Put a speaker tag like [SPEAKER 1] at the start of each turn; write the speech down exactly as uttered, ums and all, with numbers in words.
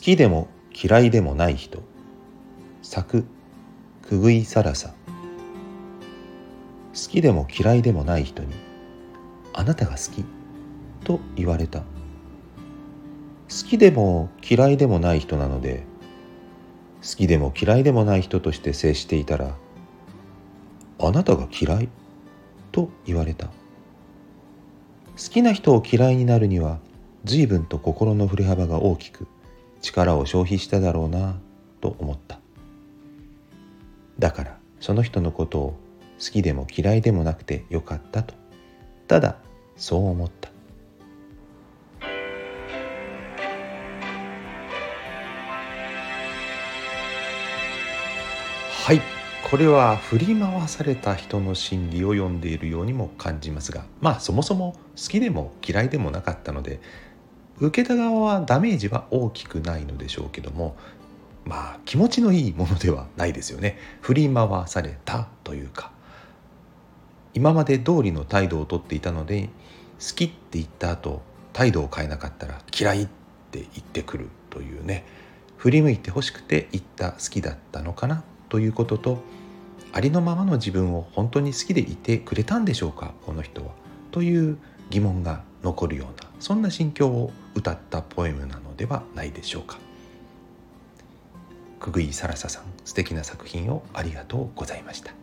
[SPEAKER 1] きでも嫌いでもない人。作くぐいさらさ。好きでも嫌いでもない人にあなたが好きと言われた。好きでも嫌いでもない人なので、好きでも嫌いでもない人として接していたら、あなたが嫌いと言われた。好きな人を嫌いになるには随分と心の振れ幅が大きく力を消費しただろうなと思った。だからその人のことを好きでも嫌いでもなくてよかったと、ただそう思った。はい、これは振り回された人の心理を読んでいるようにも感じますが、まあそもそも好きでも嫌いでもなかったので、受けた側はダメージは大きくないのでしょうけども、まあ気持ちのいいものではないですよね。振り回されたというか、今まで通りの態度をとっていたので、好きって言った後態度を変えなかったら嫌いって言ってくるというね、振り向いてほしくて言った好きだったのかなということと、ありのままの自分を本当に好きでいてくれたんでしょうかこの人は、という疑問が残るような、そんな心境を歌ったポエムなのではないでしょうか。くぐいさらささん、素敵な作品をありがとうございました。